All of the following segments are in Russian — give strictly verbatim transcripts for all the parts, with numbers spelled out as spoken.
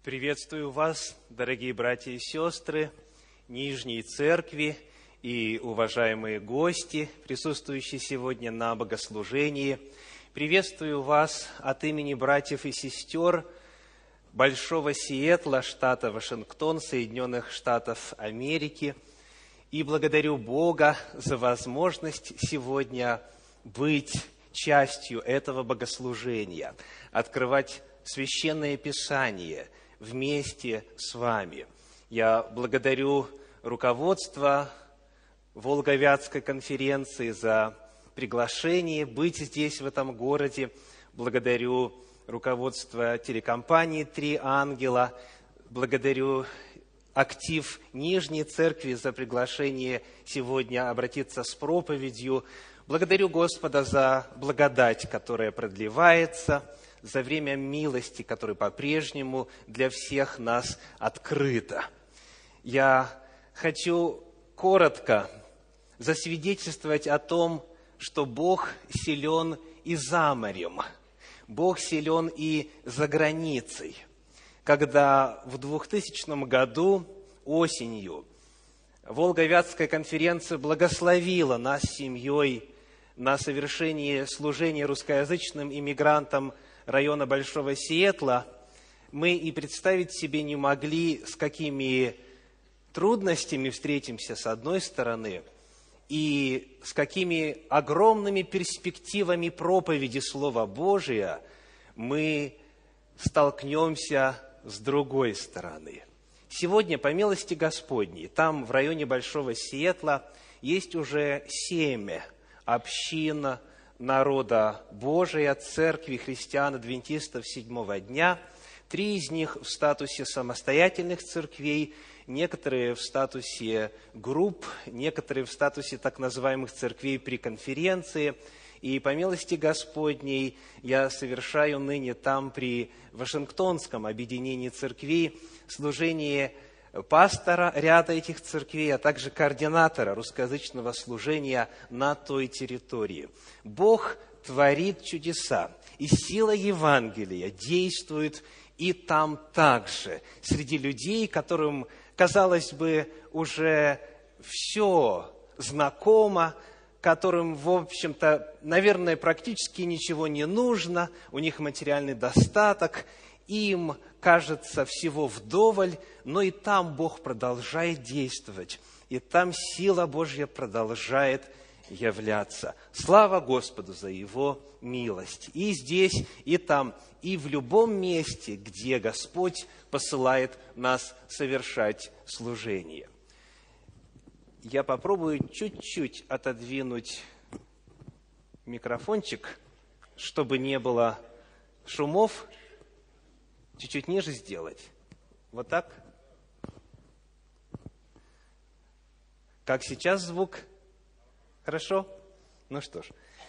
Приветствую вас, дорогие братья и сестры Нижней Церкви и уважаемые гости, присутствующие сегодня на богослужении. Приветствую вас от имени братьев и сестер Большого Сиэтла, штата Вашингтон, Соединенных Штатов Америки. И благодарю Бога за возможность сегодня быть частью этого богослужения, открывать Священное Писание вместе с вами. Я благодарю руководство Волго-Вятской конференции за приглашение быть здесь, в этом городе. Благодарю руководство телекомпании «Три ангела». Благодарю актив Нижней Церкви за приглашение сегодня обратиться с проповедью. Благодарю Господа за благодать, которая продлевается, за время милости, которое по-прежнему для всех нас открыто. Я хочу коротко засвидетельствовать о том, что Бог силен и за морем, Бог силен и за границей. Когда в двухтысячном году осенью Волго-Вятская конференция благословила нас с семьей на совершение служения русскоязычным иммигрантам района Большого Сиэтла, мы и представить себе не могли, с какими трудностями встретимся с одной стороны и с какими огромными перспективами проповеди Слова Божия мы столкнемся с другой стороны. Сегодня, по милости Господней, там, в районе Большого Сиэтла, есть уже семь общин народа Божия, церкви христиан, адвентистов седьмого дня. Три из них в статусе самостоятельных церквей, некоторые в статусе групп, некоторые в статусе так называемых церквей при конференции. И по милости Господней я совершаю ныне там при Вашингтонском объединении церквей служение пастора ряда этих церквей, а также координатора русскоязычного служения на той территории. Бог творит чудеса, и сила Евангелия действует и там также, среди людей, которым, казалось бы, уже все знакомо, которым, в общем-то, наверное, практически ничего не нужно, у них материальный достаток, им кажется всего вдоволь, но и там Бог продолжает действовать, и там сила Божья продолжает являться. Слава Господу за Его милость. И здесь, и там, и в любом месте, где Господь посылает нас совершать служение. Я попробую чуть-чуть отодвинуть микрофончик, чтобы не было шумов. Чуть-чуть ниже сделать. Вот так. Как сейчас звук? Хорошо? Ну что ж.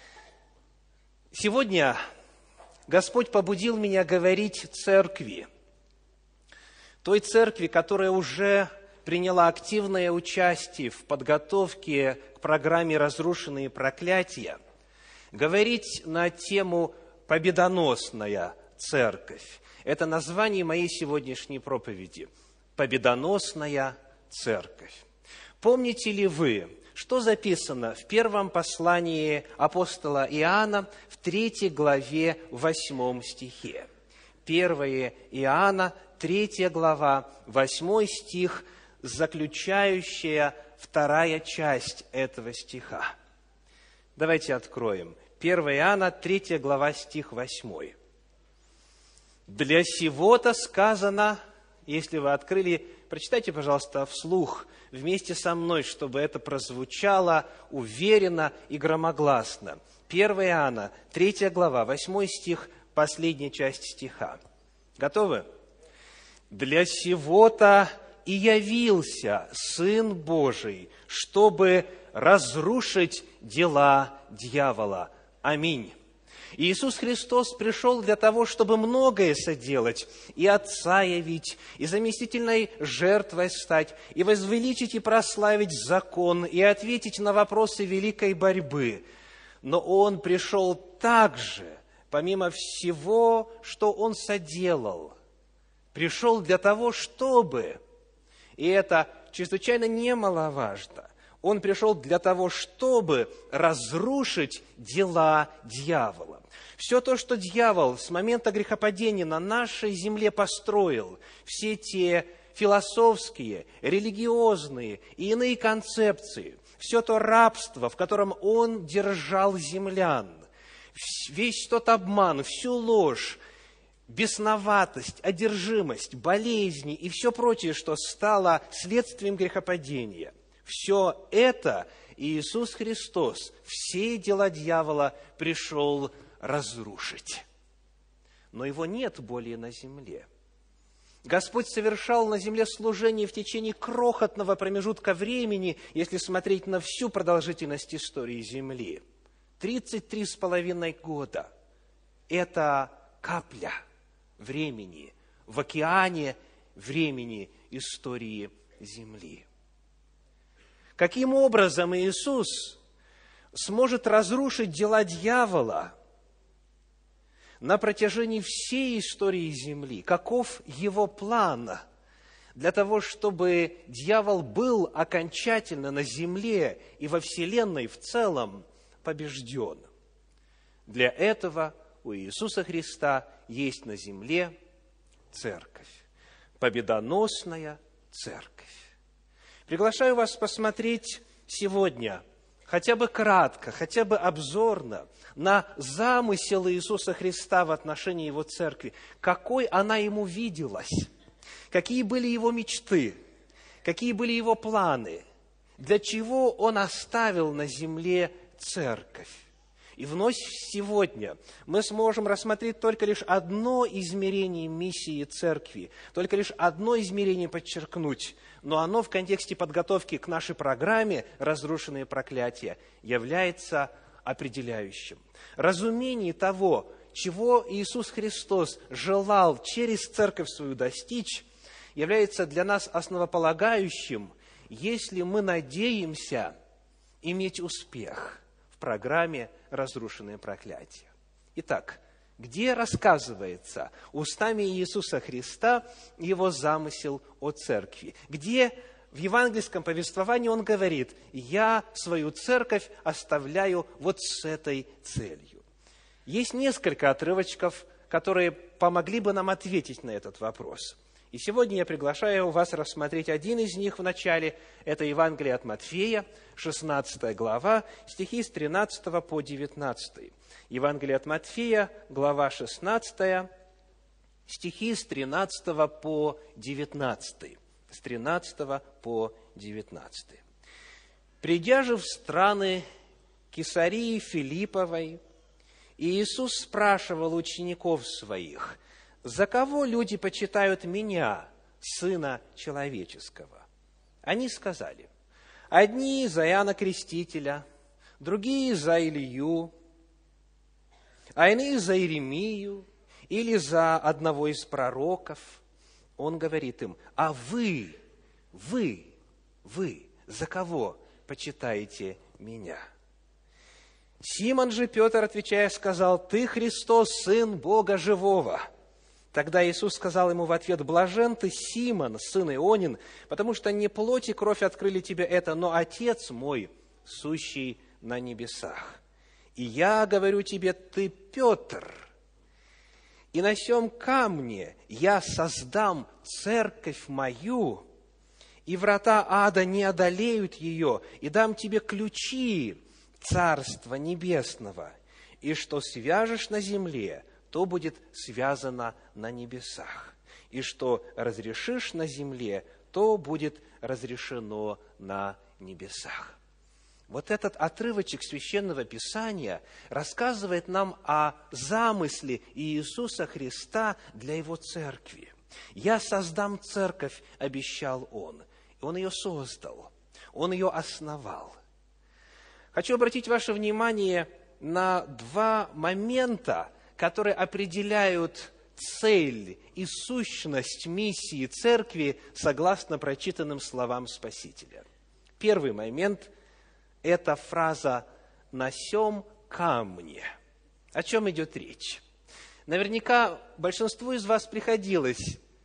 Сегодня Господь побудил меня говорить церкви. Той церкви, которая уже приняла активное участие в подготовке к программе «Разрушенные проклятия», говорить на тему «Победоносная церковь». Это название моей сегодняшней проповеди – «Победоносная церковь». Помните ли вы, что записано в первом послании апостола Иоанна в третьей главе, восьмом стихе? первое Иоанна, третья глава, восьмой стих, заключающая вторая часть этого стиха. Давайте откроем. первое Иоанна, третья глава, стих восьмой. «Для сего-то сказано», если вы открыли, прочитайте, пожалуйста, вслух вместе со мной, чтобы это прозвучало уверенно и громогласно. первое Иоанна, третья глава, восьмой стих, последняя часть стиха. Готовы? «Для сего-то и явился Сын Божий, чтобы разрушить дела дьявола». Аминь. Иисус Христос пришел для того, чтобы многое соделать, и Отца явить, и заместительной жертвой стать, и возвеличить и прославить закон, и ответить на вопросы великой борьбы. Но Он пришел также, помимо всего, что Он соделал, пришел для того, чтобы, и это чрезвычайно немаловажно, Он пришел для того, чтобы разрушить дела дьявола. Все то, что дьявол с момента грехопадения на нашей земле построил, все те философские, религиозные и иные концепции, все то рабство, в котором он держал землян, весь тот обман, всю ложь, бесноватость, одержимость, болезни и все прочее, что стало следствием грехопадения, все это Иисус Христос, все дела дьявола пришел разрушить. Но его нет более на земле. Господь совершал на земле служение в течение крохотного промежутка времени, если смотреть на всю продолжительность истории земли. тридцать три с половиной года. Это капля времени в океане времени истории земли. Каким образом Иисус сможет разрушить дела дьявола на протяжении всей истории земли? Каков его план для того, чтобы дьявол был окончательно на земле и во вселенной в целом побежден? Для этого у Иисуса Христа есть на земле церковь, победоносная церковь. Приглашаю вас посмотреть сегодня, хотя бы кратко, хотя бы обзорно, на замысел Иисуса Христа в отношении Его церкви, какой она Ему виделась, какие были Его мечты, какие были Его планы, для чего Он оставил на земле церковь. И вновь сегодня мы сможем рассмотреть только лишь одно измерение миссии церкви, только лишь одно измерение подчеркнуть, но оно в контексте подготовки к нашей программе «Разрушенные проклятия» является определяющим. Разумение того, чего Иисус Христос желал через церковь свою достичь, является для нас основополагающим, если мы надеемся иметь успех в программе «Разрушенные проклятия». Итак, где рассказывается устами Иисуса Христа Его замысел о церкви? Где в евангельском повествовании Он говорит: «Я свою церковь оставляю вот с этой целью»? Есть несколько отрывочков, которые помогли бы нам ответить на этот вопрос. И сегодня я приглашаю вас рассмотреть один из них в начале. Это Евангелие от Матфея, шестнадцатая глава, стихи с тринадцатого по девятнадцатый. Евангелие от Матфея, глава шестнадцатая, стихи с тринадцатого по девятнадцатый. С тринадцатого по девятнадцатый. «Придя же в страны Кесарии Филипповой, Иисус спрашивал учеников Своих: за кого люди почитают Меня, Сына Человеческого? Они сказали: одни за Иоанна Крестителя, другие за Илью, а иные за Иеремию или за одного из пророков. Он говорит им: а вы, вы, вы, за кого почитаете Меня? Симон же Петр, отвечая, сказал: ты Христос, Сын Бога Живого. Тогда Иисус сказал ему в ответ: блажен ты, Симон, сын Ионин, потому что не плоть и кровь открыли тебе это, но Отец мой, сущий на небесах. И я говорю тебе, ты Петр, и на сем камне я создам церковь мою, и врата ада не одолеют ее, и дам тебе ключи Царства Небесного, и что свяжешь на земле, то будет связано на небесах, и что разрешишь на земле, то будет разрешено на небесах». Вот этот отрывочек Священного Писания рассказывает нам о замысле Иисуса Христа для Его церкви. «Я создам церковь», — обещал Он. И Он ее создал, Он ее основал. Хочу обратить ваше внимание на два момента, которые определяют цель и сущность миссии церкви согласно прочитанным словам Спасителя. Первый момент – это фраза «на сем камне». О чем идет речь? Наверняка большинству из вас приходилось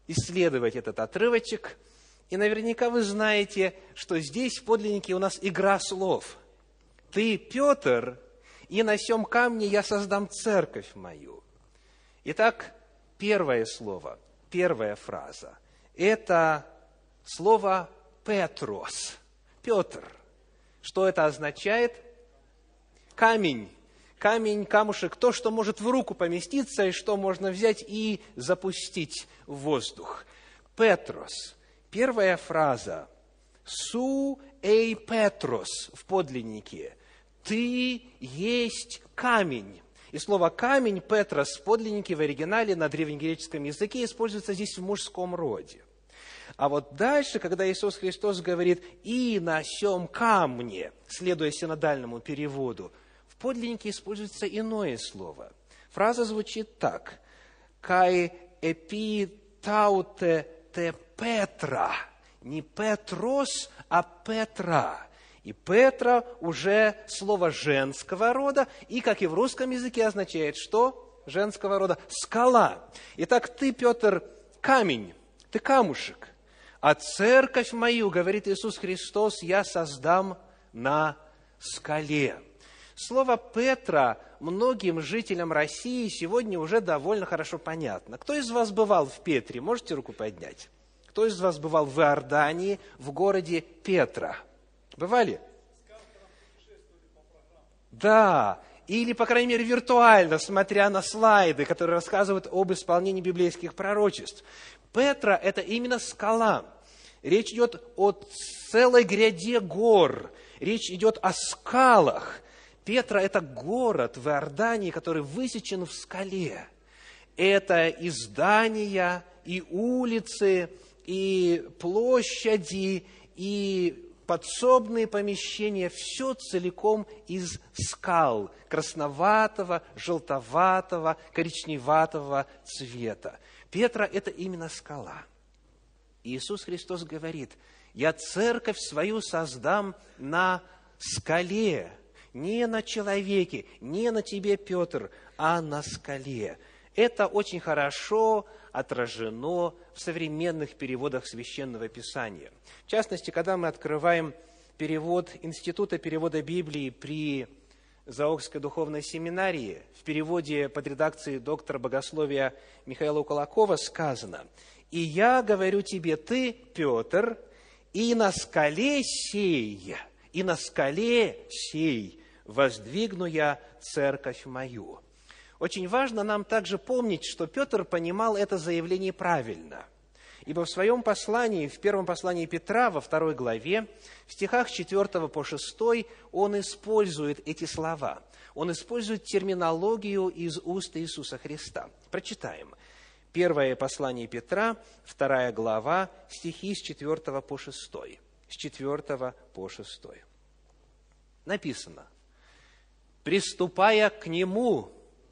исследовать этот отрывочек. И наверняка вы знаете, что здесь в подлиннике у нас игра слов. «Ты, Петр, и на сем камне я создам церковь мою». Итак, первое слово, первая фраза – это слово «петрос», Петр. Что это означает? Камень. Камень, камушек, то, что может в руку поместиться, и что можно взять и запустить в воздух. Петрос. Первая фраза. Су эй Петрос в подлиннике. Ты есть камень. И слово «камень», Петрос, в подлиннике, в оригинале, на древнегреческом языке, используется здесь в мужском роде. А вот дальше, когда Иисус Христос говорит «и на сем камне», следуя синодальному переводу, в подлиннике используется иное слово. Фраза звучит так. «Кай эпи тауте те Петра». Не Петрос, а Петра. И Петра уже слово женского рода, и, как и в русском языке, означает что? Женского рода. Скала. Итак, ты, Петр, камень, ты камушек. А церковь мою, говорит Иисус Христос, я создам на скале. Слово «Петра» многим жителям России сегодня уже довольно хорошо понятно. Кто из вас бывал в Петре? Можете руку поднять? Кто из вас бывал в Иордании, в городе Петра? Бывали? Да, или, по крайней мере, виртуально, смотря на слайды, которые рассказывают об исполнении библейских пророчеств. Петра – это именно скала. Речь идет о целой гряде гор. Речь идет о скалах. Петра – это город в Иордании, который высечен в скале. Это и здания, и улицы, и площади, и подсобные помещения, все целиком из скал красноватого, желтоватого, коричневатого цвета. Петра – это именно скала. Иисус Христос говорит, «Я церковь свою создам на скале». Не на человеке, не на тебе, Петр, а на скале. Это очень хорошо отражено в современных переводах Священного Писания. В частности, когда мы открываем перевод Института перевода Библии при Заокской духовной семинарии, в переводе под редакцией доктора богословия Михаила Кулакова сказано: «И я говорю тебе, ты, Петр, и на скале сей, и на скале сей воздвигну я церковь мою». Очень важно нам также помнить, что Петр понимал это заявление правильно. Ибо в своем послании, в первом послании Петра, во второй главе, в стихах с четвёртого по шестой, он использует эти слова. Он использует терминологию из уст Иисуса Христа. Прочитаем. Первое послание Петра, вторая глава, стихи с четвёртого по шестой. С четвёртого по шестой. Написано: «Приступая к нему,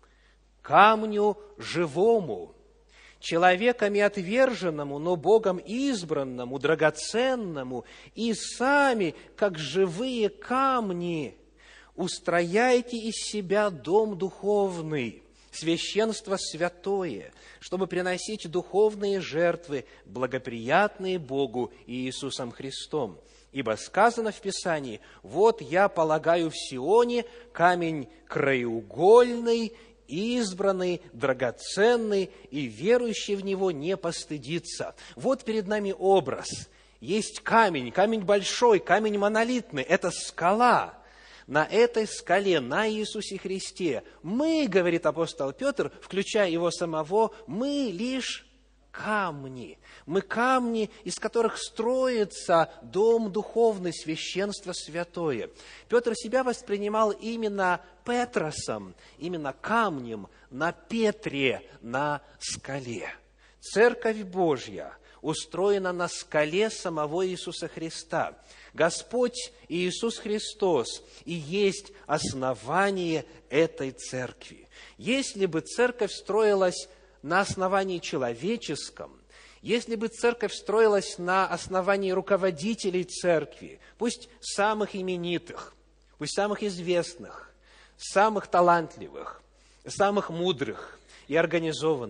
камню живому, человеками отверженному, но Богом избранному, драгоценному, и сами, как живые камни, устрояйте из себя дом духовный, священство святое, чтобы приносить духовные жертвы, благоприятные Богу и Иисусом Христом. Ибо сказано в Писании: вот я полагаю в Сионе камень краеугольный, избранный, драгоценный, и верующий в него не постыдится». Вот перед нами образ. Есть камень, камень большой, камень монолитный, это скала. На этой скале, на Иисусе Христе, мы, говорит апостол Петр, включая его самого, мы лишь камни. Мы камни, из которых строится дом духовный, священство святое. Петр себя воспринимал именно Петросом, именно камнем на Петре, на скале. Церковь Божья устроена на скале самого Иисуса Христа. Господь Иисус Христос и есть основание этой церкви. Если бы церковь строилась на основании человеческом, если бы церковь строилась на основании руководителей церкви, пусть самых именитых, пусть самых известных, самых талантливых, самых мудрых и организованных,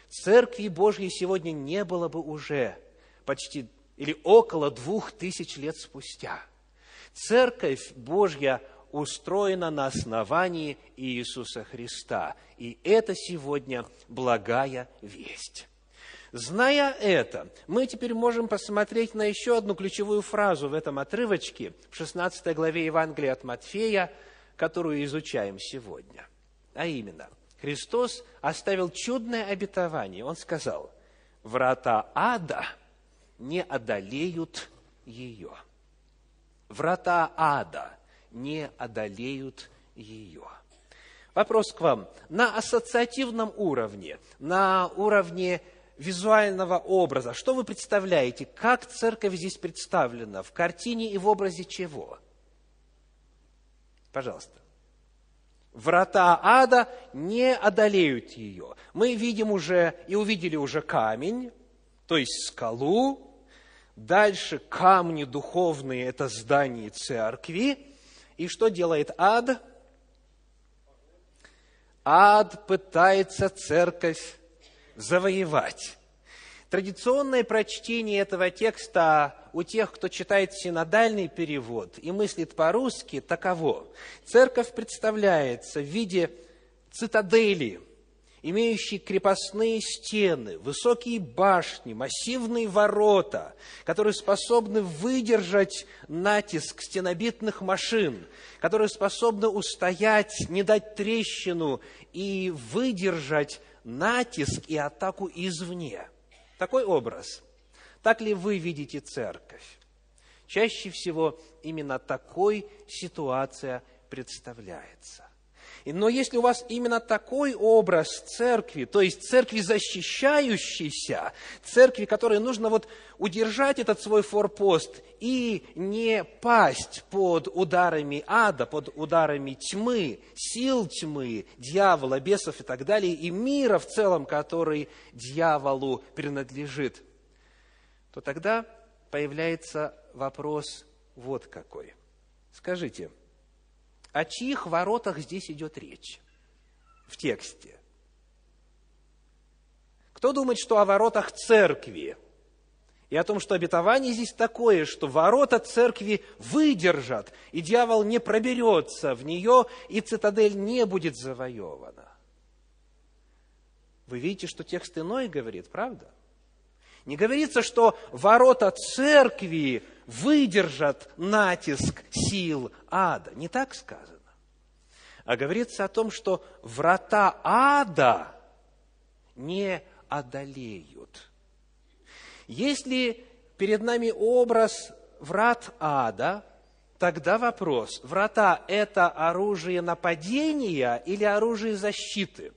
Церкви Божьей сегодня не было бы уже почти или около двух тысяч лет спустя. Церковь Божья устроена на основании Иисуса Христа. И это сегодня благая весть. Зная это, мы теперь можем посмотреть на еще одну ключевую фразу в этом отрывочке, в шестнадцатой главе Евангелия от Матфея, которую изучаем сегодня. А именно, Христос оставил чудное обетование. Он сказал: «Врата ада не одолеют ее». Врата ада не одолеют ее. Вопрос к вам. На ассоциативном уровне, на уровне визуального образа, что вы представляете? Как церковь здесь представлена? В картине и в образе чего? Пожалуйста. Врата ада не одолеют ее. Мы видим уже и увидели уже камень, то есть скалу. Дальше камни духовные – это здание церкви. И что делает ад? Ад пытается церковь завоевать. Традиционное прочтение этого текста у тех, кто читает синодальный перевод и мыслит по-русски, таково. Церковь представляется в виде цитадели, имеющей крепостные стены, высокие башни, массивные ворота, которые способны выдержать натиск стенобитных машин, которые способны устоять, не дать трещину и выдержать натиск и атаку извне. Такой образ. Так ли вы видите церковь? Чаще всего именно такой ситуация представляется. Но если у вас именно такой образ церкви, то есть церкви защищающейся, церкви, которой нужно вот удержать этот свой форпост и не пасть под ударами ада, под ударами тьмы, сил тьмы, дьявола, бесов и так далее, и мира в целом, который дьяволу принадлежит, то тогда появляется вопрос вот какой. Скажите, о чьих воротах здесь идет речь в тексте? Кто думает, что о воротах церкви? И о том, что обетование здесь такое, что ворота церкви выдержат, и дьявол не проберется в нее, и цитадель не будет завоевана. Вы видите, что текст иной говорит, правда? Не говорится, что ворота церкви выдержат натиск сил ада. Не так сказано. А говорится о том, что врата ада не одолеют. Если перед нами образ врат ада, тогда вопрос: врата – это оружие нападения или оружие защиты?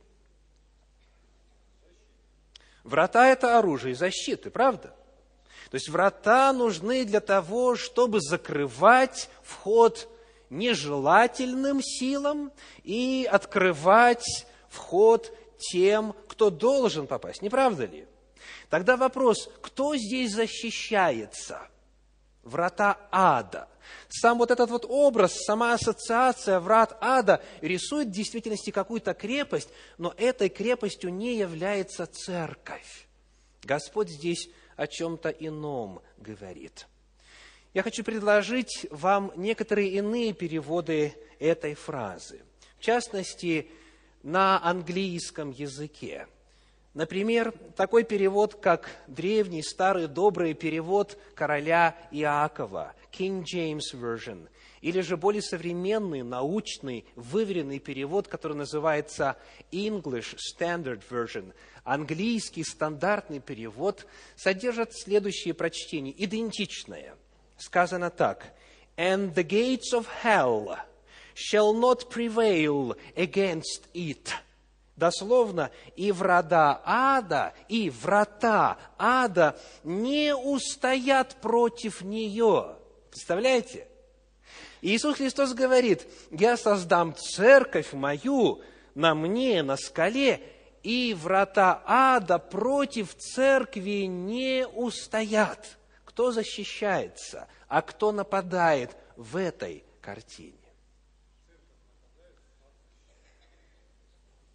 Врата – это оружие защиты, правда? То есть врата нужны для того, чтобы закрывать вход нежелательным силам и открывать вход тем, кто должен попасть. Не правда ли? Тогда вопрос: кто здесь защищается? Врата ада. Сам вот этот вот образ, сама ассоциация врат ада рисует в действительности какую-то крепость, но этой крепостью не является церковь. Господь здесь о чем-то ином говорит. Я хочу предложить вам некоторые иные переводы этой фразы. В частности, на английском языке. Например, такой перевод, как древний, старый, добрый перевод короля Иакова, King James Version, или же более современный, научный, выверенный перевод, который называется English Standard Version, английский стандартный перевод, содержит следующее прочтение, идентичное. Сказано так: «And the gates of hell shall not prevail against it». Дословно, и врата ада, и врата ада не устоят против нее. Представляете? Иисус Христос говорит: я создам церковь мою на мне, на скале, и врата ада против церкви не устоят. Кто защищается, а кто нападает в этой картине?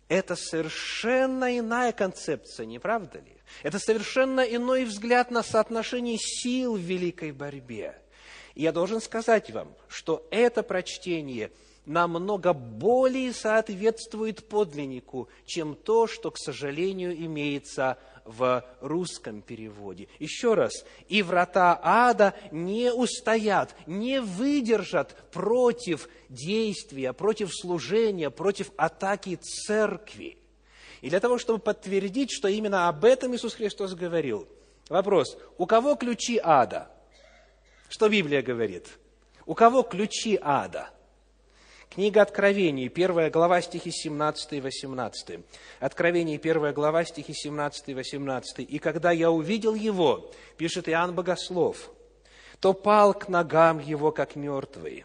Это совершенно иная концепция, не правда ли? Это совершенно иной взгляд на соотношение сил в великой борьбе. И я должен сказать вам, что это прочтение намного более соответствует подлиннику, чем то, что, к сожалению, имеется в русском переводе. Еще раз, и врата ада не устоят, не выдержат против действия, против служения, против атаки церкви. И для того, чтобы подтвердить, что именно об этом Иисус Христос говорил, вопрос, у кого ключи ада? Что Библия говорит? У кого ключи ада? Книга Откровений, первая глава, стихи семнадцатый и восемнадцатый. Откровение, первая глава, стихи семнадцатый и восемнадцатый. «И когда я увидел его, — пишет Иоанн Богослов, — то пал к ногам его, как мертвый.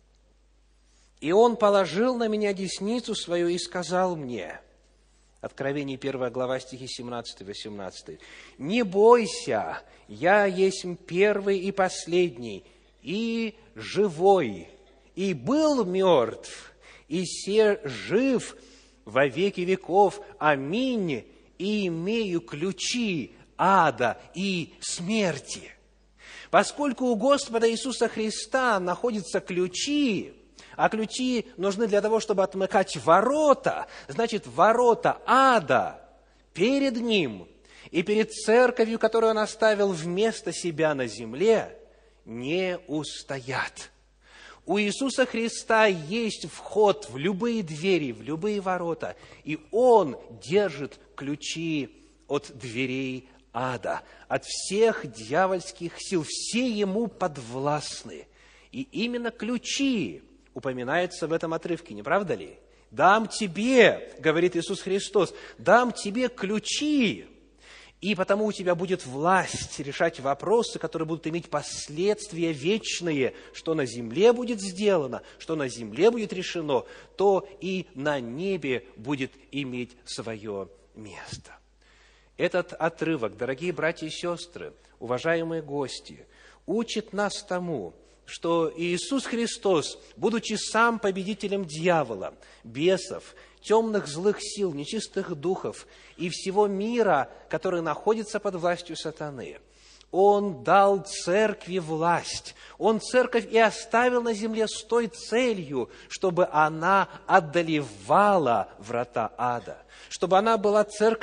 И он положил на меня десницу свою и сказал мне, Откровение, первая глава, стихи семнадцатый и восемнадцатый. «Не бойся, я есть первый и последний, и живой, и был мертв, и се жив во веки веков. Аминь. И имею ключи ада и смерти». Поскольку у Господа Иисуса Христа находятся ключи, а ключи нужны для того, чтобы отмыкать ворота, значит, ворота ада перед Ним и перед церковью, которую Он оставил вместо себя на земле, не устоят. У Иисуса Христа есть вход в любые двери, в любые ворота, и Он держит ключи от дверей ада, от всех дьявольских сил, все Ему подвластны. И именно ключи упоминаются в этом отрывке, не правда ли? «Дам тебе, — говорит Иисус Христос, — дам тебе ключи, и потому у тебя будет власть решать вопросы, которые будут иметь последствия вечные, что на земле будет сделано, что на земле будет решено, то и на небе будет иметь свое место». Этот отрывок, дорогие братья и сестры, уважаемые гости, учит нас тому, что Иисус Христос, будучи сам победителем дьявола, бесов, темных злых сил, нечистых духов и всего мира, который находится под властью сатаны, Он дал церкви власть. Он церковь и оставил на земле с той целью, чтобы она одолевала врата ада, чтобы она была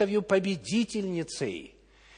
церковью-победительницей.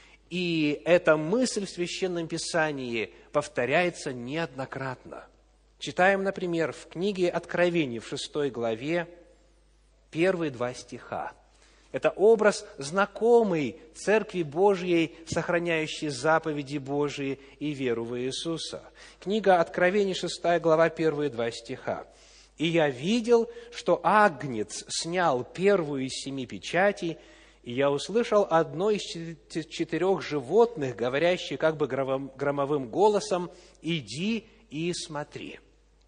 И эта мысль в Священном Писании повторяется неоднократно. Читаем, например, в книге Откровений в шестой главе первые два стиха. Это образ знакомый Церкви Божьей, сохраняющей заповеди Божьи и веру в Иисуса. Книга Откровений, шестая глава, первые два стиха. «И я видел, что Агнец снял первую из семи печатей, и я услышал одно из четырех животных, говорящее как бы громовым голосом: „Иди и смотри“».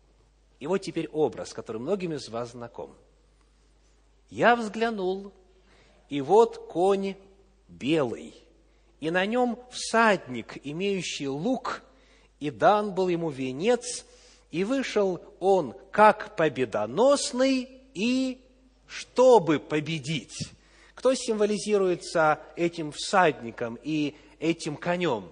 И вот теперь образ, который многим из вас знаком. «Я взглянул, и вот конь белый, и на нем всадник, имеющий лук, и дан был ему венец, и вышел он как победоносный, и чтобы победить». Кто символизируется этим всадником и этим конем?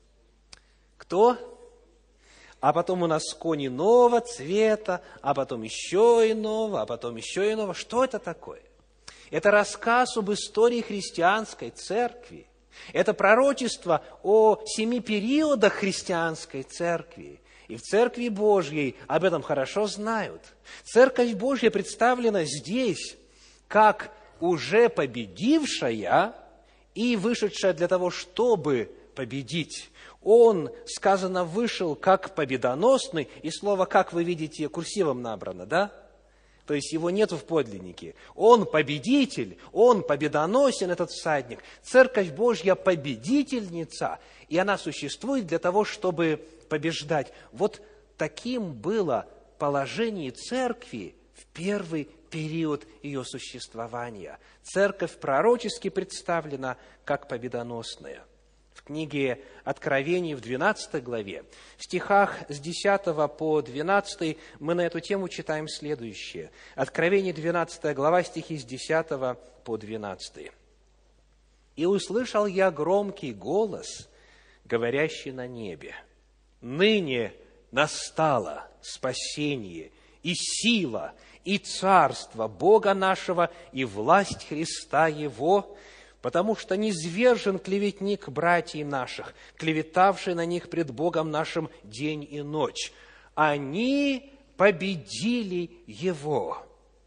Кто? А потом у нас конь иного цвета, а потом еще иного, а потом еще иного. Что это такое? Это рассказ об истории христианской церкви. Это пророчество о семи периодах христианской церкви. И в Церкви Божьей об этом хорошо знают. Церковь Божья представлена здесь как уже победившая и вышедшая для того, чтобы победить. Он, сказано, вышел как победоносный, и слово «как» вы видите курсивом набрано, да? То есть его нет в подлиннике. Он победитель, он победоносен, этот всадник. Церковь Божья победительница, и она существует для того, чтобы побеждать. Вот таким было положение церкви в первый период ее существования. Церковь пророчески представлена как победоносная. в книге Откровений в двенадцатой главе, в стихах с десятого по двенадцатый мы на эту тему читаем следующее. Откровение двенадцатая глава, стихи с десятого по двенадцатый. «И услышал я громкий голос, говорящий на небе: ныне настало спасение и сила, и царство Бога нашего, и власть Христа Его, потому что низвержен клеветник братьев наших, клеветавший на них пред Богом нашим день и ночь. Они победили Его».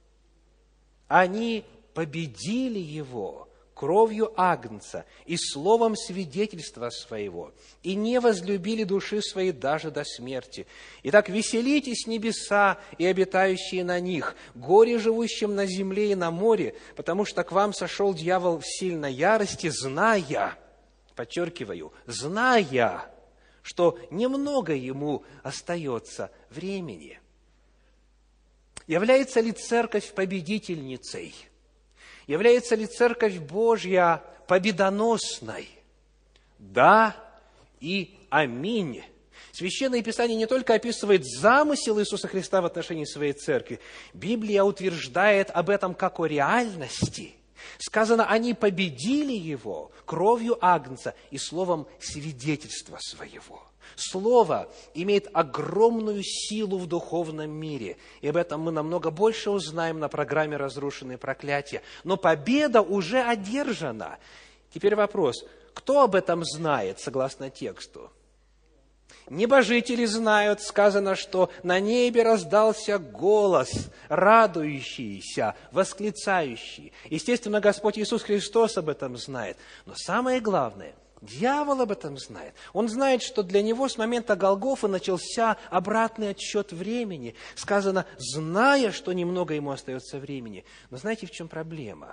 Они победили Его кровью Агнца и словом свидетельства своего, и не возлюбили души своей даже до смерти. Итак, веселитесь, небеса и обитающие на них, горе живущим на земле и на море, потому что к вам сошел дьявол в сильной ярости, зная, подчеркиваю, зная, что немного ему остается времени. Является ли церковь победительницей? Является ли Церковь Божья победоносной? Да и аминь. Священное Писание не только описывает замысел Иисуса Христа в отношении своей церкви, Библия утверждает об этом как о реальности. Сказано, они победили Его кровью Агнца и словом свидетельства своего. Слово имеет огромную силу в духовном мире, и об этом мы намного больше узнаем на программе «Разрушенные проклятия». Но победа уже одержана. Теперь вопрос, кто об этом знает, согласно тексту? Небожители знают, сказано, что на небе раздался голос, радующийся, восклицающий. Естественно, Господь Иисус Христос об этом знает. Но самое главное, дьявол об этом знает. Он знает, что для него с момента Голгофы начался обратный отсчет времени. Сказано, зная, что немного ему остается времени. Но знаете, в чем проблема?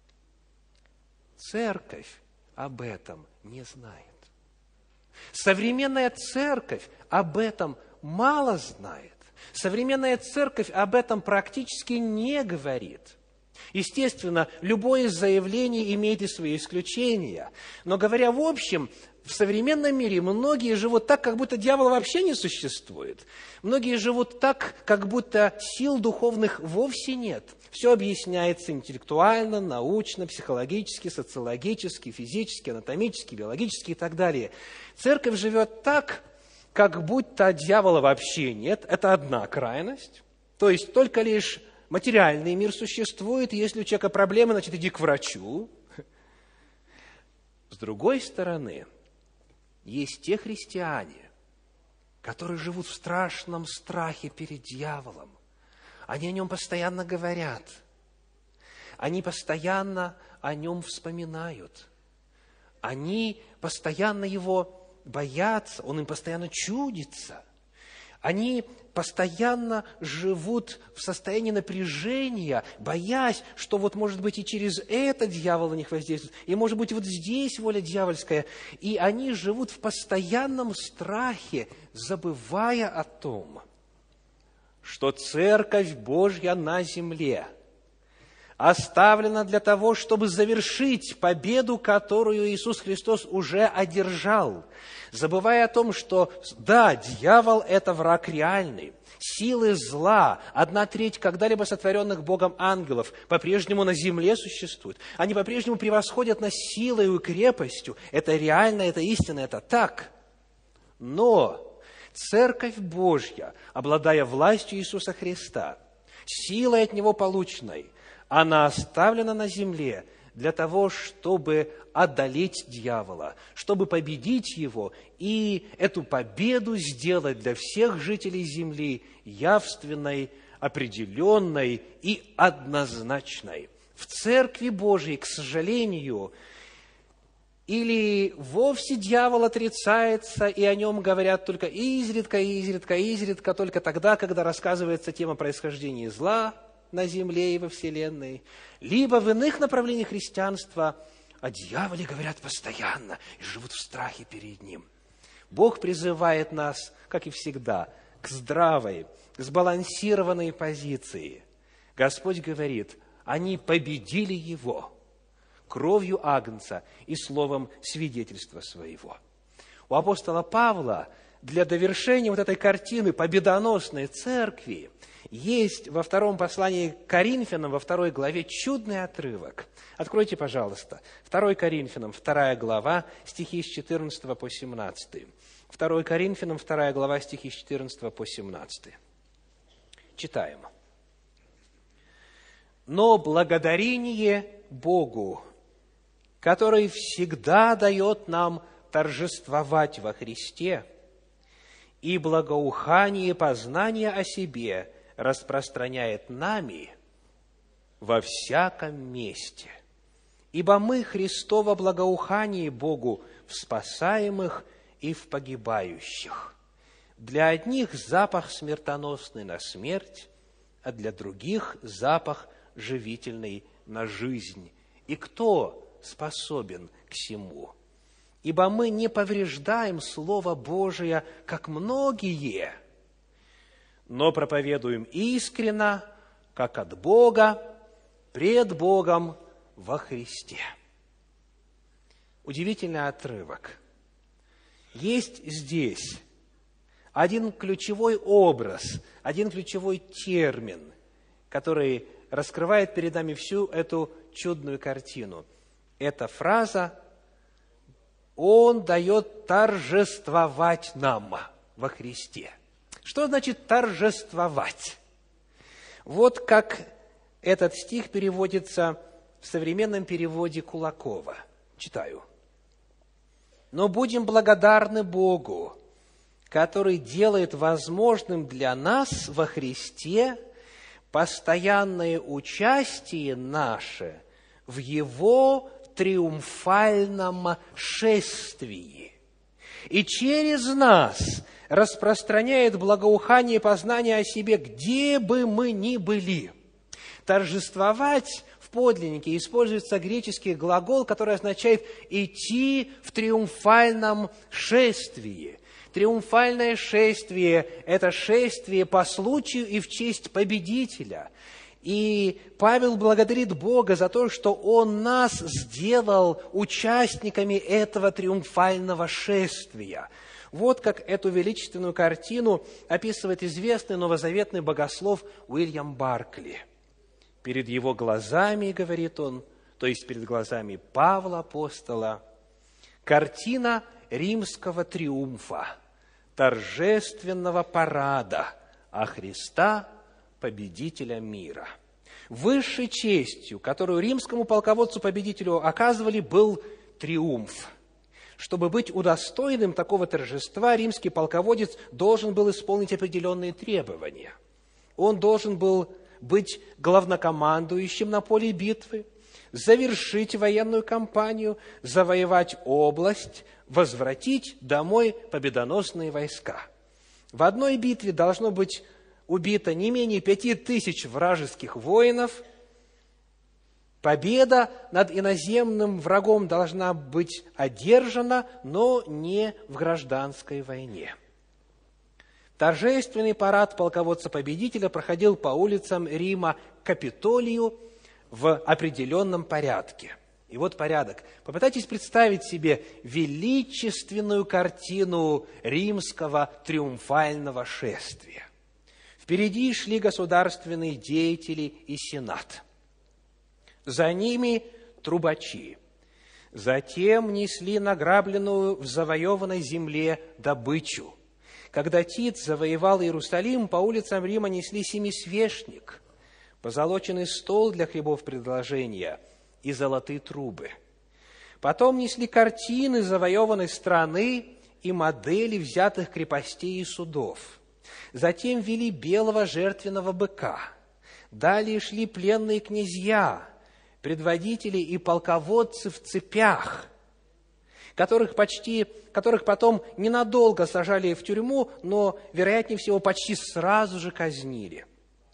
Церковь об этом не знает. Современная церковь об этом мало знает. Современная церковь об этом практически не говорит. Естественно, любое заявление имеет и свои исключения. Но говоря в общем, в современном мире многие живут так, как будто дьявола вообще не существует. Многие живут так, как будто сил духовных вовсе нет. Все объясняется интеллектуально, научно, психологически, социологически, физически, анатомически, биологически и так далее. Церковь живет так, как будто дьявола вообще нет. Это одна крайность. То есть только лишь материальный мир существует, и если у человека проблемы, значит, иди к врачу. С другой стороны, есть те христиане, которые живут в страшном страхе перед дьяволом. Они о нем постоянно говорят. Они постоянно о нем вспоминают. Они постоянно его боятся, он им постоянно чудится. Они постоянно живут в состоянии напряжения, боясь, что вот, может быть, и через это дьявол на них воздействует, и, может быть, вот здесь воля дьявольская. И они живут в постоянном страхе, забывая о том, что Церковь Божья на земле оставлена для того, чтобы завершить победу, которую Иисус Христос уже одержал, забывая о том, что, да, дьявол – это враг реальный, силы зла, одна треть когда-либо сотворенных Богом ангелов по-прежнему на земле существуют, они по-прежнему превосходят нас силой и крепостью, это реально, это истинно, это так, но Церковь Божья, обладая властью Иисуса Христа, силой от Него полученной, она оставлена на земле для того, чтобы одолеть дьявола, чтобы победить его и эту победу сделать для всех жителей земли явственной, определенной и однозначной. В Церкви Божьей, к сожалению, или вовсе дьявол отрицается, и о нем говорят только изредка, изредка, изредка, только тогда, когда рассказывается тема происхождения зла на земле и во вселенной, либо в иных направлениях христианства о дьяволе говорят постоянно и живут в страхе перед ним. Бог призывает нас, как и всегда, к здравой, к сбалансированной позиции. Господь говорит, они победили Его кровью Агнца и словом свидетельства своего. У апостола Павла для довершения вот этой картины победоносной церкви есть во втором послании к Коринфянам, во второй главе, чудный отрывок. Откройте, пожалуйста, второе Коринфянам, вторая глава, стихи с четырнадцатого по семнадцатый. второе Коринфянам, вторая глава, стихи с четырнадцатого по семнадцатый. Читаем. «Но благодарение Богу, который всегда дает нам торжествовать во Христе, и благоухание познания о себе распространяет нами во всяком месте. Ибо мы Христово благоухание Богу в спасаемых и в погибающих. Для одних запах смертоносный на смерть, а для других запах живительный на жизнь. И кто способен к сему? Ибо мы не повреждаем Слово Божие, как многие, но проповедуем искренно, как от Бога, пред Богом во Христе». Удивительный отрывок. Есть здесь один ключевой образ, один ключевой термин, который раскрывает перед нами всю эту чудную картину. Эта фраза: «Он дает торжествовать нам во Христе». Что значит торжествовать? Вот как этот стих переводится в современном переводе Кулакова. Читаю. «Но будем благодарны Богу, который делает возможным для нас во Христе постоянное участие наше в Его триумфальном шествии, и через нас распространяет благоухание познания о себе, где бы мы ни были». Торжествовать в подлиннике используется греческий глагол, который означает «идти в триумфальном шествии». Триумфальное шествие – это шествие по случаю и в честь победителя. И Павел благодарит Бога за то, что Он нас сделал участниками этого триумфального шествия. Вот как эту величественную картину описывает известный новозаветный богослов Уильям Баркли. Перед его глазами, говорит он, то есть перед глазами Павла апостола, картина римского триумфа, торжественного парада, а Христа – победителя мира. Высшей честью, которую римскому полководцу-победителю оказывали, был триумф. Чтобы быть удостоенным такого торжества, римский полководец должен был исполнить определенные требования. Он должен был быть главнокомандующим на поле битвы, завершить военную кампанию, завоевать область, возвратить домой победоносные войска. В одной битве должно быть убито не менее пяти тысяч вражеских воинов. Победа над иноземным врагом должна быть одержана, но не в гражданской войне. Торжественный парад полководца-победителя проходил по улицам Рима к Капитолию в определенном порядке. И вот порядок. Попытайтесь представить себе величественную картину римского триумфального шествия. Впереди шли государственные деятели и сенат. За ними трубачи. Затем несли награбленную в завоеванной земле добычу. Когда Тит завоевал Иерусалим, по улицам Рима несли семисвешник, позолоченный стол для хлебов предложения и золотые трубы. Потом несли картины завоеванной страны и модели взятых крепостей и судов. Затем вели белого жертвенного быка. Далее шли пленные князья, предводители и полководцы в цепях, которых, почти, которых потом ненадолго сажали в тюрьму, но, вероятнее всего, почти сразу же казнили.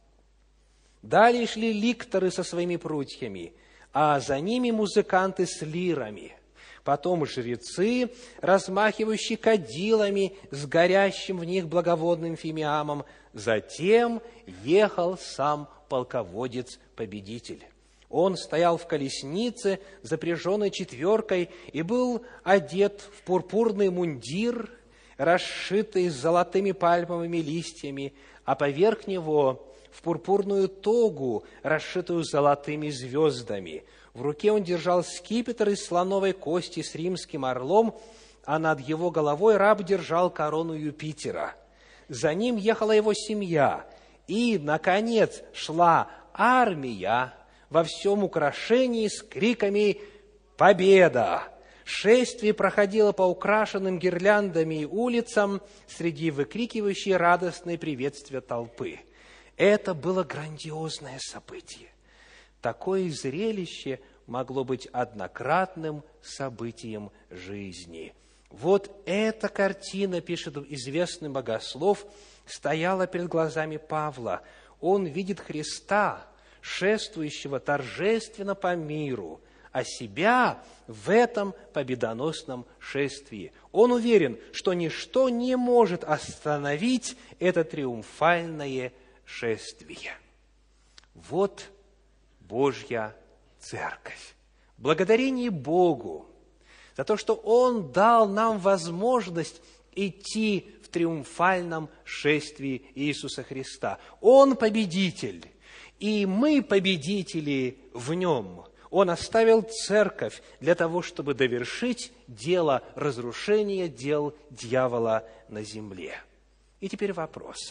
Далее шли ликторы со своими прутьями, а за ними музыканты с лирами. Потом жрецы, размахивающие кадилами с горящим в них благовонным фимиамом. Затем ехал сам полководец-победитель. Он стоял в колеснице, запряженной четверкой, и был одет в пурпурный мундир, расшитый золотыми пальмовыми листьями, а поверх него в пурпурную тогу, расшитую золотыми звездами. В руке он держал скипетр из слоновой кости с римским орлом, а над его головой раб держал корону Юпитера. За ним ехала его семья, и, наконец, шла армия во всем украшении с криками «Победа!». Шествие проходило по украшенным гирляндами улицам среди выкрикивающей радостные приветствия толпы. Это было грандиозное событие. Такое зрелище могло быть однократным событием жизни. Вот эта картина, пишет известный богослов, стояла перед глазами Павла. Он видит Христа, шествующего торжественно по миру, а себя в этом победоносном шествии. Он уверен, что ничто не может остановить это триумфальное шествие. Вот Божья Церковь. Благодарение Богу за то, что Он дал нам возможность идти в триумфальном шествии Иисуса Христа. Он победитель, и мы победители в Нем. Он оставил церковь для того, чтобы довершить дело разрушения дел дьявола на земле. И теперь вопрос.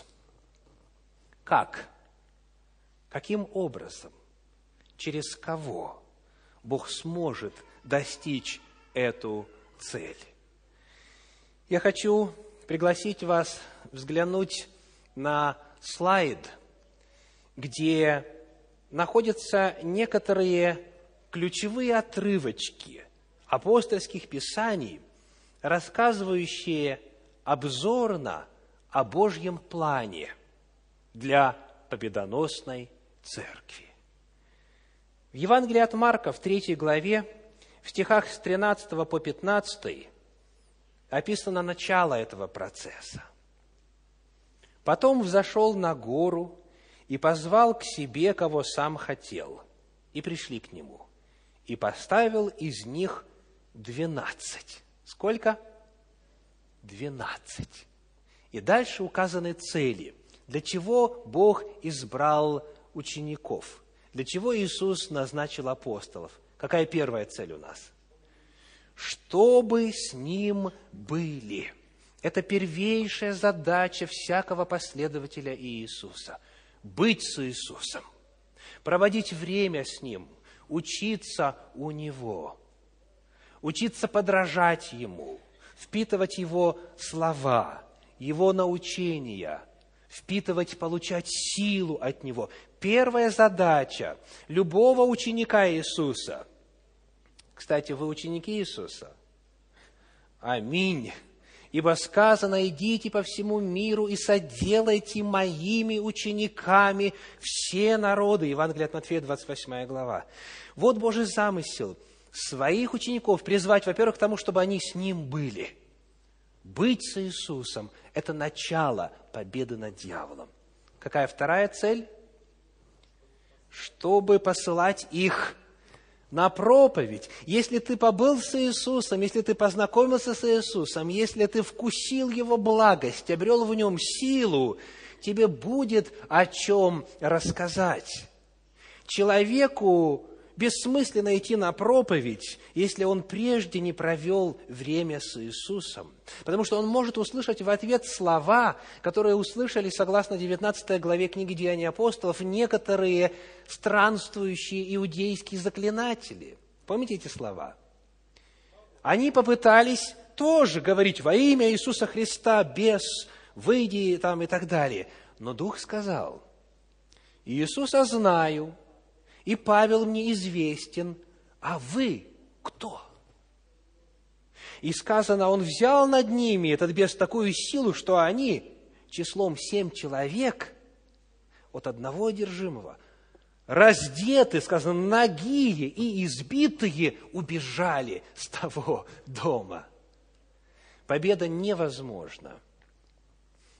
Как? Каким образом? Через кого Бог сможет достичь эту цель? Я хочу пригласить вас взглянуть на слайд, где находятся некоторые ключевые отрывочки апостольских писаний, рассказывающие обзорно о Божьем плане для победоносной церкви. В Евангелии от Марка, в третьей главе, в стихах с тринадцатого по пятнадцатый, описано начало этого процесса. «Потом взошел на гору и позвал к себе, кого сам хотел, и пришли к нему, и поставил из них двенадцать». Сколько? Двенадцать. И дальше указаны цели. Для чего Бог избрал учеников? Для чего Иисус назначил апостолов? Какая первая цель у нас? Чтобы с Ним были. Это первейшая задача всякого последователя Иисуса. Быть с Иисусом, проводить время с Ним, учиться у Него, учиться подражать Ему, впитывать Его слова, Его научения, впитывать, получать силу от Него. Первая задача любого ученика Иисуса. Кстати, вы ученики Иисуса? Аминь. Ибо сказано: идите по всему миру и соделайте моими учениками все народы. Евангелие от Матфея, двадцать восьмая глава. Вот Божий замысел. Своих учеников призвать, во-первых, к тому, чтобы они с Ним были. Быть с Иисусом – это начало победы над дьяволом. Какая вторая цель? Чтобы посылать их на проповедь. Если ты побыл с Иисусом, если ты познакомился с Иисусом, если ты вкусил Его благость, обрел в Нем силу, тебе будет о чем рассказать. Человеку бессмысленно идти на проповедь, если он прежде не провел время с Иисусом. Потому что он может услышать в ответ слова, которые услышали, согласно девятнадцатой главе книги «Деяния апостолов», некоторые странствующие иудейские заклинатели. Помните эти слова? Они попытались тоже говорить во имя Иисуса Христа, бес, выйди там и так далее. Но Дух сказал: Иисуса знаю, и Павел мне известен, а вы кто? И сказано, он взял над ними, этот бес, такую силу, что они числом семь человек от одного одержимого, раздеты, сказано, нагие и избитые, убежали с того дома. Победа невозможна,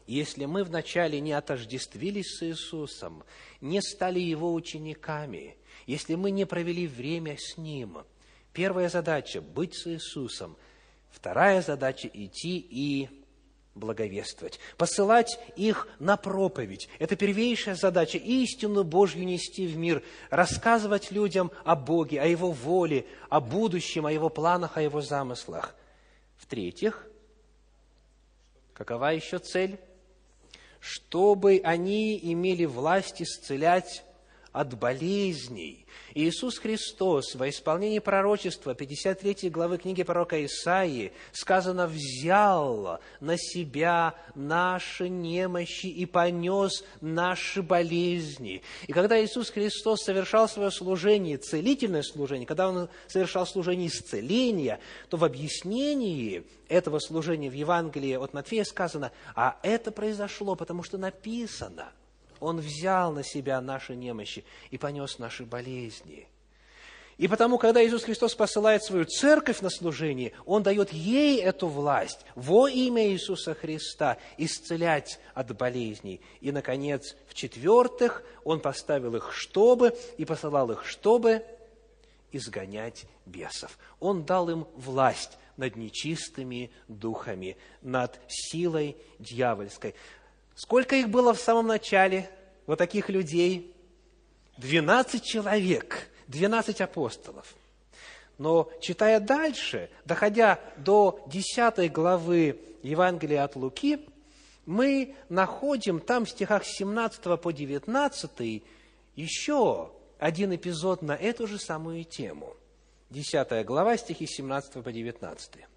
Если мы вначале не отождествились с Иисусом, не стали Его учениками, если мы не провели время с Ним, первая задача – быть с Иисусом, вторая задача – идти и благовествовать, посылать их на проповедь. Это первейшая задача – истину Божью нести в мир, рассказывать людям о Боге, о Его воле, о будущем, о Его планах, о Его замыслах. В-третьих, какова еще цель? Чтобы они имели власть исцелять от болезней. Иисус Христос во исполнении пророчества пятьдесят третьей главы книги пророка Исаии сказано: «Взял на себя наши немощи и понес наши болезни». И когда Иисус Христос совершал свое служение, целительное служение, когда Он совершал служение исцеления, то в объяснении этого служения в Евангелии от Матфея сказано: «А это произошло, потому что написано». Он взял на себя наши немощи и понес наши болезни. И потому, когда Иисус Христос посылает свою церковь на служение, Он дает ей эту власть во имя Иисуса Христа исцелять от болезней. И, наконец, в-четвертых, Он поставил их чтобы, и посылал их чтобы изгонять бесов. Он дал им власть над нечистыми духами, над силой дьявольской. Сколько их было в самом начале, вот таких людей? Двенадцать человек, двенадцать апостолов. Но, читая дальше, доходя до десятой главы Евангелия от Луки, мы находим там в стихах с семнадцатого по девятнадцатый еще один эпизод на эту же самую тему. Десятая глава, стихи с семнадцатого по девятнадцатый.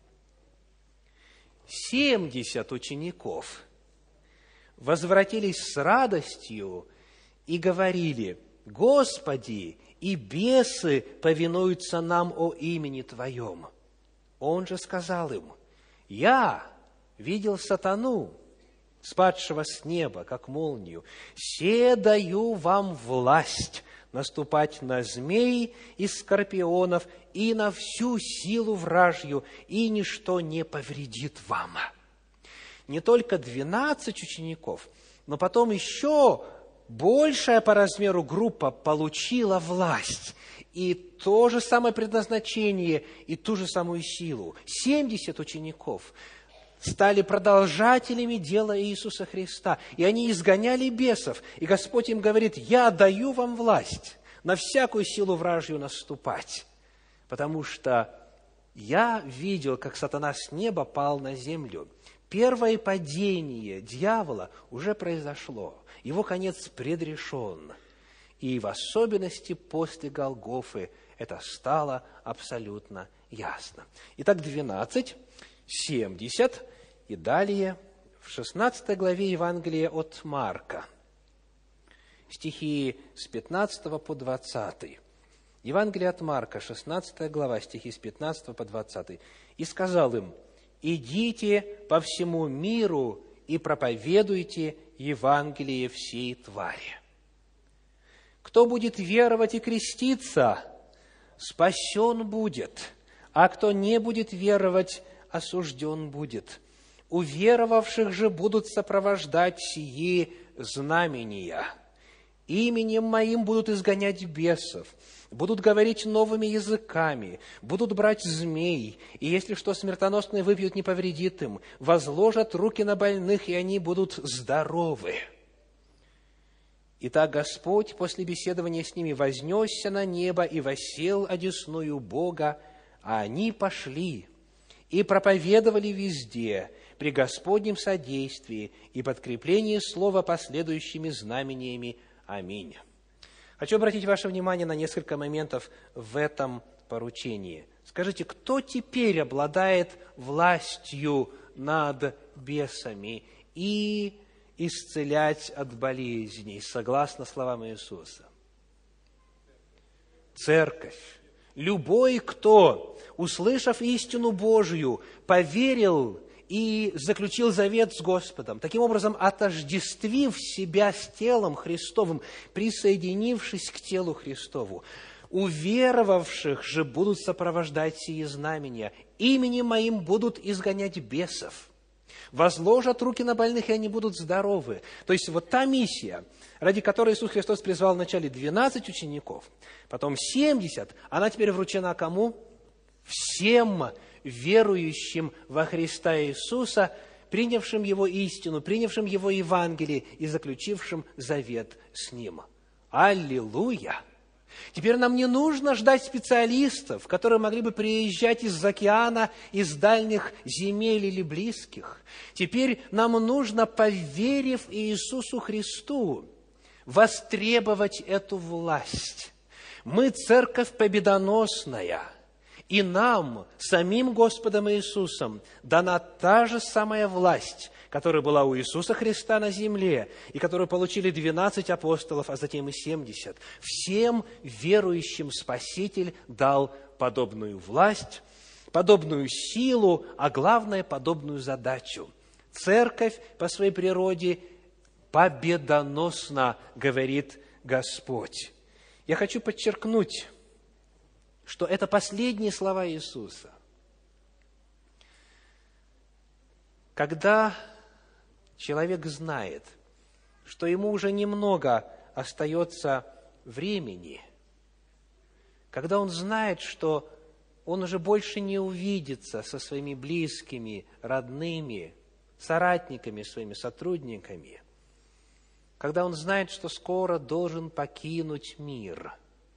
Семьдесят учеников возвратились с радостью и говорили: «Господи, и бесы повинуются нам о имени Твоем». Он же сказал им: «Я видел сатану, спадшего с неба, как молнию. Се даю вам власть наступать на змей и скорпионов и на всю силу вражью, и ничто не повредит вам». Не только двенадцать учеников, но потом еще большая по размеру группа получила власть и то же самое предназначение, и ту же самую силу. семьдесят учеников стали продолжателями дела Иисуса Христа, и они изгоняли бесов. И Господь им говорит: «Я даю вам власть на всякую силу вражью наступать, потому что я видел, как сатана с неба пал на землю». Первое падение дьявола уже произошло. Его конец предрешен. И в особенности после Голгофы это стало абсолютно ясно. Итак, двенадцать, семьдесят, и далее в шестнадцатой главе Евангелия от Марка, стихи с пятнадцатого по двадцатый. Евангелие от Марка, шестнадцатая глава, стихи с пятнадцатого по двадцатый. «И сказал им: идите по всему миру и проповедуйте Евангелие всей твари. Кто будет веровать и креститься, спасен будет, а кто не будет веровать, осужден будет. У веровавших же будут сопровождать сии знамения. Именем моим будут изгонять бесов, будут говорить новыми языками, будут брать змей, и если что смертоносное выпьют, не повредит им, возложат руки на больных, и они будут здоровы». Итак, Господь после беседования с ними вознесся на небо и воссел одесную Бога, а они пошли и проповедовали везде при Господнем содействии и подкреплении слова последующими знамениями. Аминь. Хочу обратить ваше внимание на несколько моментов в этом поручении. Скажите, кто теперь обладает властью над бесами и исцелять от болезней, согласно словам Иисуса? Церковь. Любой, кто, услышав истину Божию, поверил и заключил завет с Господом, таким образом отождествив себя с телом Христовым, присоединившись к телу Христову. Уверовавших же будут сопровождать сии знамения. Именем моим будут изгонять бесов. возложат руки на больных, и они будут здоровы. То есть вот та миссия, ради которой Иисус Христос призвал вначале двенадцать учеников, потом семьдесят, она теперь вручена кому? Всем верующим во Христа Иисуса, принявшим Его истину, принявшим Его Евангелие и заключившим завет с Ним. Аллилуйя! Теперь нам не нужно ждать специалистов, которые могли бы приезжать из океана, из дальних земель или близких. Теперь нам нужно, поверив Иисусу Христу, востребовать эту власть. Мы церковь победоносная, и нам, самим Господом Иисусом, дана та же самая власть, которая была у Иисуса Христа на земле, и которую получили двенадцать апостолов, а затем и семьдесят. Всем верующим Спаситель дал подобную власть, подобную силу, а главное, подобную задачу. Церковь по своей природе победоносна, говорит Господь. Я хочу подчеркнуть, что это последние слова Иисуса. Когда человек знает, что ему уже немного остается времени, когда он знает, что он уже больше не увидится со своими близкими, родными, соратниками, своими сотрудниками, когда он знает, что скоро должен покинуть мир,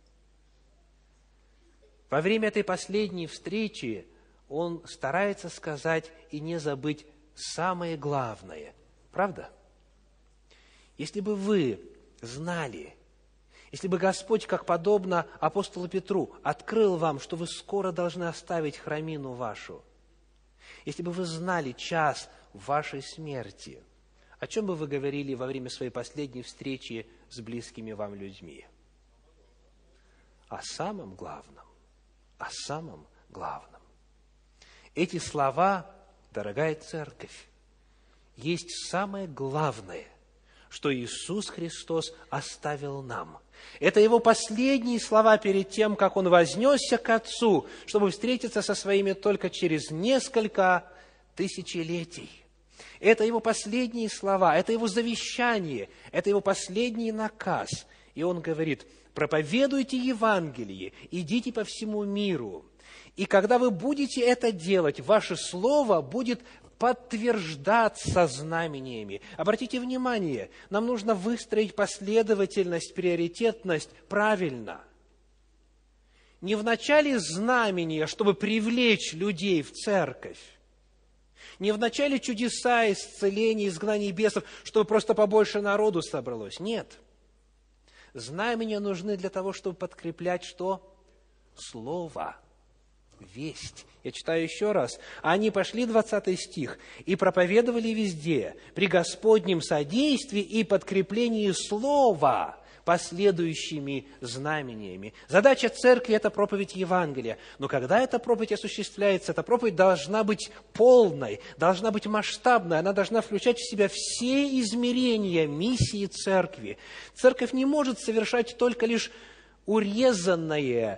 во время этой последней встречи он старается сказать и не забыть самое главное. Правда? Если бы вы знали, если бы Господь, как подобно апостолу Петру, открыл вам, что вы скоро должны оставить храмину вашу, если бы вы знали час вашей смерти, о чем бы вы говорили во время своей последней встречи с близкими вам людьми? О самом главном. О самом главном. Эти слова, дорогая церковь, есть самое главное, что Иисус Христос оставил нам. Это Его последние слова перед тем, как Он вознесся к Отцу, чтобы встретиться со Своими только через несколько тысячелетий. Это Его последние слова, это Его завещание, это Его последний наказ. И Он говорит: проповедуйте Евангелие, идите по всему миру. И когда вы будете это делать, ваше слово будет подтверждаться знамениями. Обратите внимание, нам нужно выстроить последовательность, приоритетность правильно. Не в начале знамения, чтобы привлечь людей в церковь. Не в начале чудеса, исцеления, изгнания бесов, чтобы просто побольше народу собралось. Нет. Знамения нужны для того, чтобы подкреплять что? Слово. Весть. Я читаю еще раз. Они пошли, двадцатый стих, и проповедовали везде, при Господнем содействии и подкреплении слова последующими знамениями. Задача церкви – это проповедь Евангелия. Но когда эта проповедь осуществляется, эта проповедь должна быть полной, должна быть масштабной, она должна включать в себя все измерения миссии церкви. Церковь не может совершать только лишь урезанное,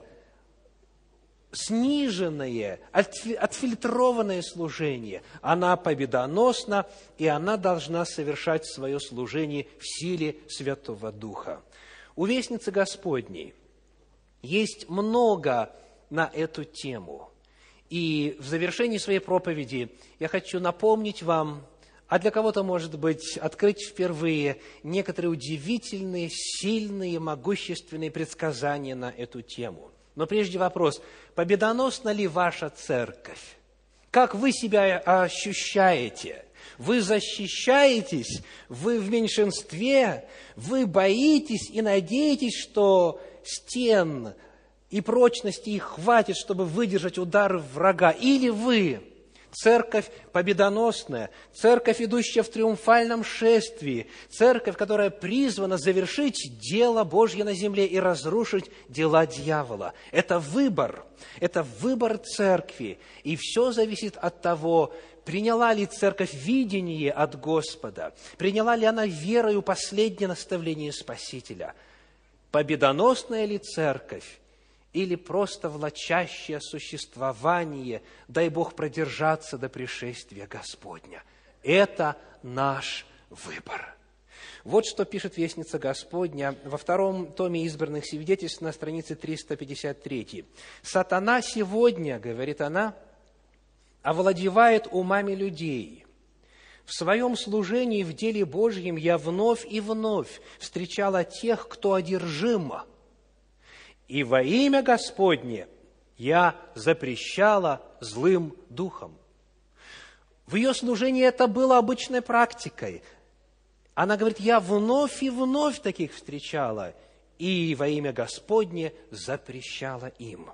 сниженное, отфильтрованное служение. Она победоносна, и она должна совершать свое служение в силе Святого Духа. У Вестницы Господней есть много на эту тему. И в завершении своей проповеди я хочу напомнить вам, а для кого-то, может быть, открыть впервые некоторые удивительные, сильные, могущественные предсказания на эту тему. Но прежде вопрос: победоносна ли ваша церковь? Как вы себя ощущаете? Вы защищаетесь? Вы в меньшинстве? Вы боитесь и надеетесь, что стен и прочности их хватит, чтобы выдержать удары врага? Или вы церковь победоносная, церковь, идущая в триумфальном шествии, церковь, которая призвана завершить дело Божье на земле и разрушить дела дьявола? Это выбор, это выбор церкви, и все зависит от того, приняла ли церковь видение от Господа, приняла ли она верою последнее наставление Спасителя. Победоносная ли церковь? Или просто влачащее существование, дай Бог продержаться до пришествия Господня. Это наш выбор. Вот что пишет Вестница Господня во втором томе избранных свидетельств на странице триста пятьдесят три. «Сатана сегодня, — говорит она, — овладевает умами людей. В своем служении в деле Божьем я вновь и вновь встречала тех, кто одержим, и во имя Господне я запрещала злым духом». В ее служении это было обычной практикой. Она говорит, я вновь и вновь таких встречала, и во имя Господне запрещала им.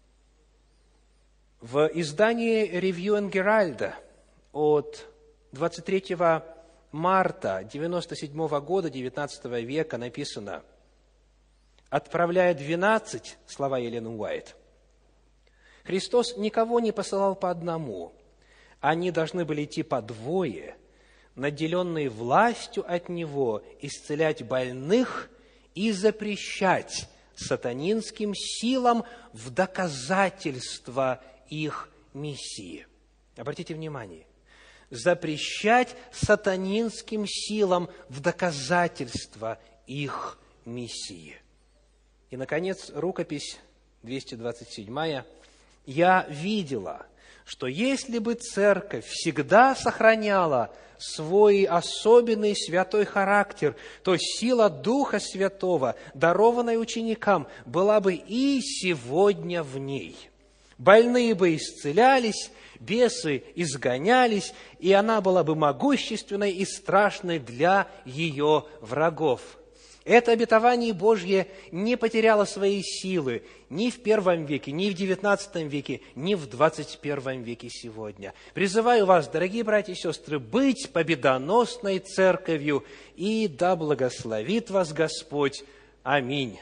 В издании Review and Herald от двадцать третьего марта девяносто седьмого года девятнадцатого века написано, отправляя двенадцать, слова Елены Уайт, Христос никого не посылал по одному, они должны были идти по двое, наделенные властью от Него исцелять больных и запрещать сатанинским силам в доказательство их миссии. Обратите внимание, запрещать сатанинским силам в доказательство их миссии. И, наконец, рукопись двести двадцать седьмая. «Я видела, что если бы церковь всегда сохраняла свой особенный святой характер, то сила Духа Святого, дарованная ученикам, была бы и сегодня в ней. Больные бы исцелялись, бесы изгонялись, и она была бы могущественной и страшной для ее врагов». Это обетование Божье не потеряло своей силы ни в первом веке, ни в девятнадцатом веке, ни в двадцать первом веке сегодня. Призываю вас, дорогие братья и сестры, быть победоносной церковью, и да благословит вас Господь. Аминь.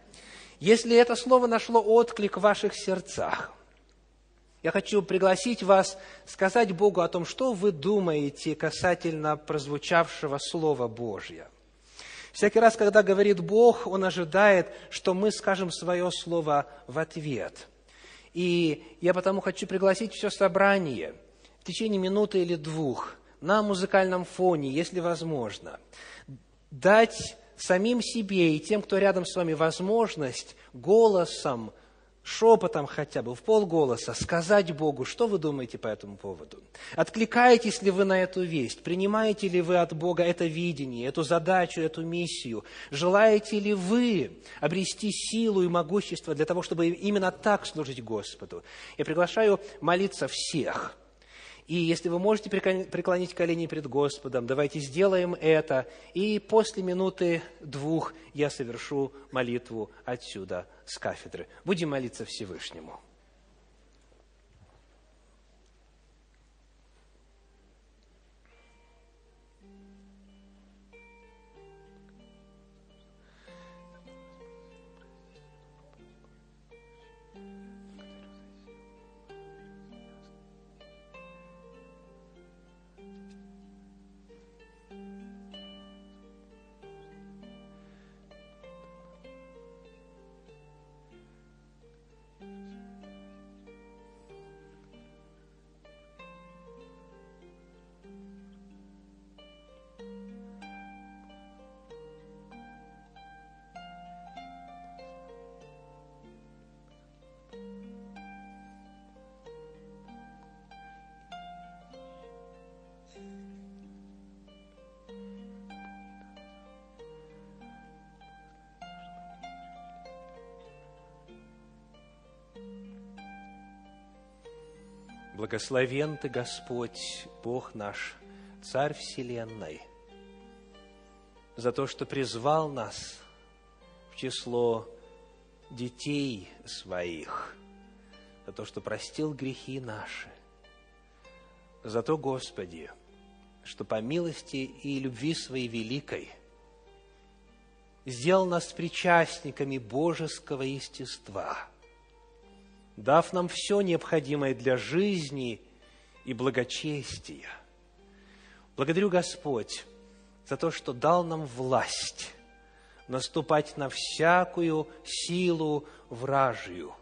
Если это слово нашло отклик в ваших сердцах, я хочу пригласить вас сказать Богу о том, что вы думаете касательно прозвучавшего Слова Божьего. Всякий раз, когда говорит Бог, Он ожидает, что мы скажем свое слово в ответ. И я потому хочу пригласить все собрание в течение минуты или двух на музыкальном фоне, если возможно, дать самим себе и тем, кто рядом с вами, возможность голосом, шепотом хотя бы, в полголоса, сказать Богу, что вы думаете по этому поводу. Откликаетесь ли вы на эту весть? Принимаете ли вы от Бога это видение, эту задачу, эту миссию? Желаете ли вы обрести силу и могущество для того, чтобы именно так служить Господу? Я приглашаю молиться всех. И если вы можете преклонить колени пред Господом, давайте сделаем это. И после минуты двух я совершу молитву отсюда, с кафедры. Будем молиться Всевышнему. Благословен Ты, Господь, Бог наш, Царь вселенной, за то, что призвал нас в число детей Своих, за то, что простил грехи наши, за то, Господи, что по милости и любви Своей великой сделал нас причастниками божеского естества, дав нам все необходимое для жизни и благочестия. Благодарю, Господь, за то, что дал нам власть наступать на всякую силу вражью.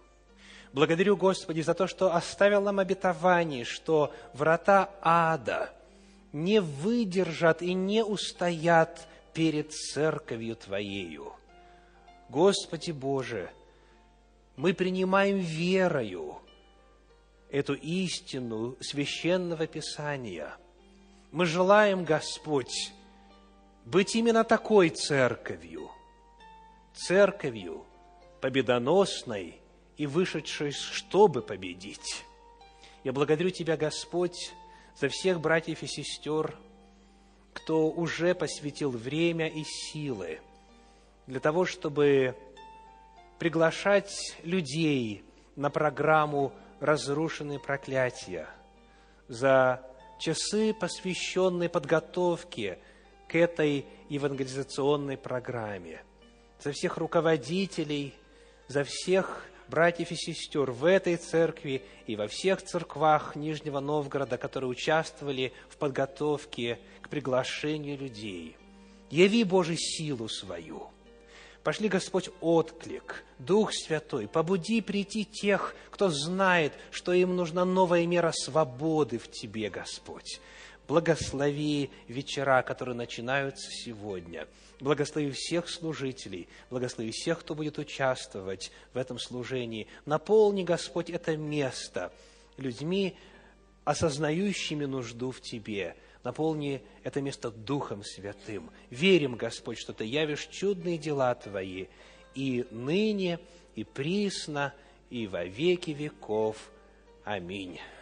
Благодарю, Господи, за то, что оставил нам обетование, что врата ада не выдержат и не устоят перед церковью Твоею. Господи Боже, мы принимаем верою эту истину Священного Писания. Мы желаем, Господь, быть именно такой церковью, церковью победоносной и вышедшей, чтобы победить. Я благодарю Тебя, Господь, за всех братьев и сестер, кто уже посвятил время и силы для того, чтобы приглашать людей на программу «Разрушенные проклятия», за часы, посвященные подготовке к этой евангелизационной программе, за всех руководителей, за всех братьев и сестер в этой церкви и во всех церквах Нижнего Новгорода, которые участвовали в подготовке к приглашению людей. Яви, Боже, силу свою. Пошли, Господь, отклик, Дух Святой, побуди прийти тех, кто знает, что им нужна новая мера свободы в Тебе, Господь. Благослови вечера, которые начинаются сегодня. Благослови всех служителей, благослови всех, кто будет участвовать в этом служении. Наполни, Господь, это место людьми, осознающими нужду в Тебе. Наполни это место Духом Святым. Верим, Господь, что Ты явишь чудные дела Твои и ныне, и присно, и во веки веков. Аминь.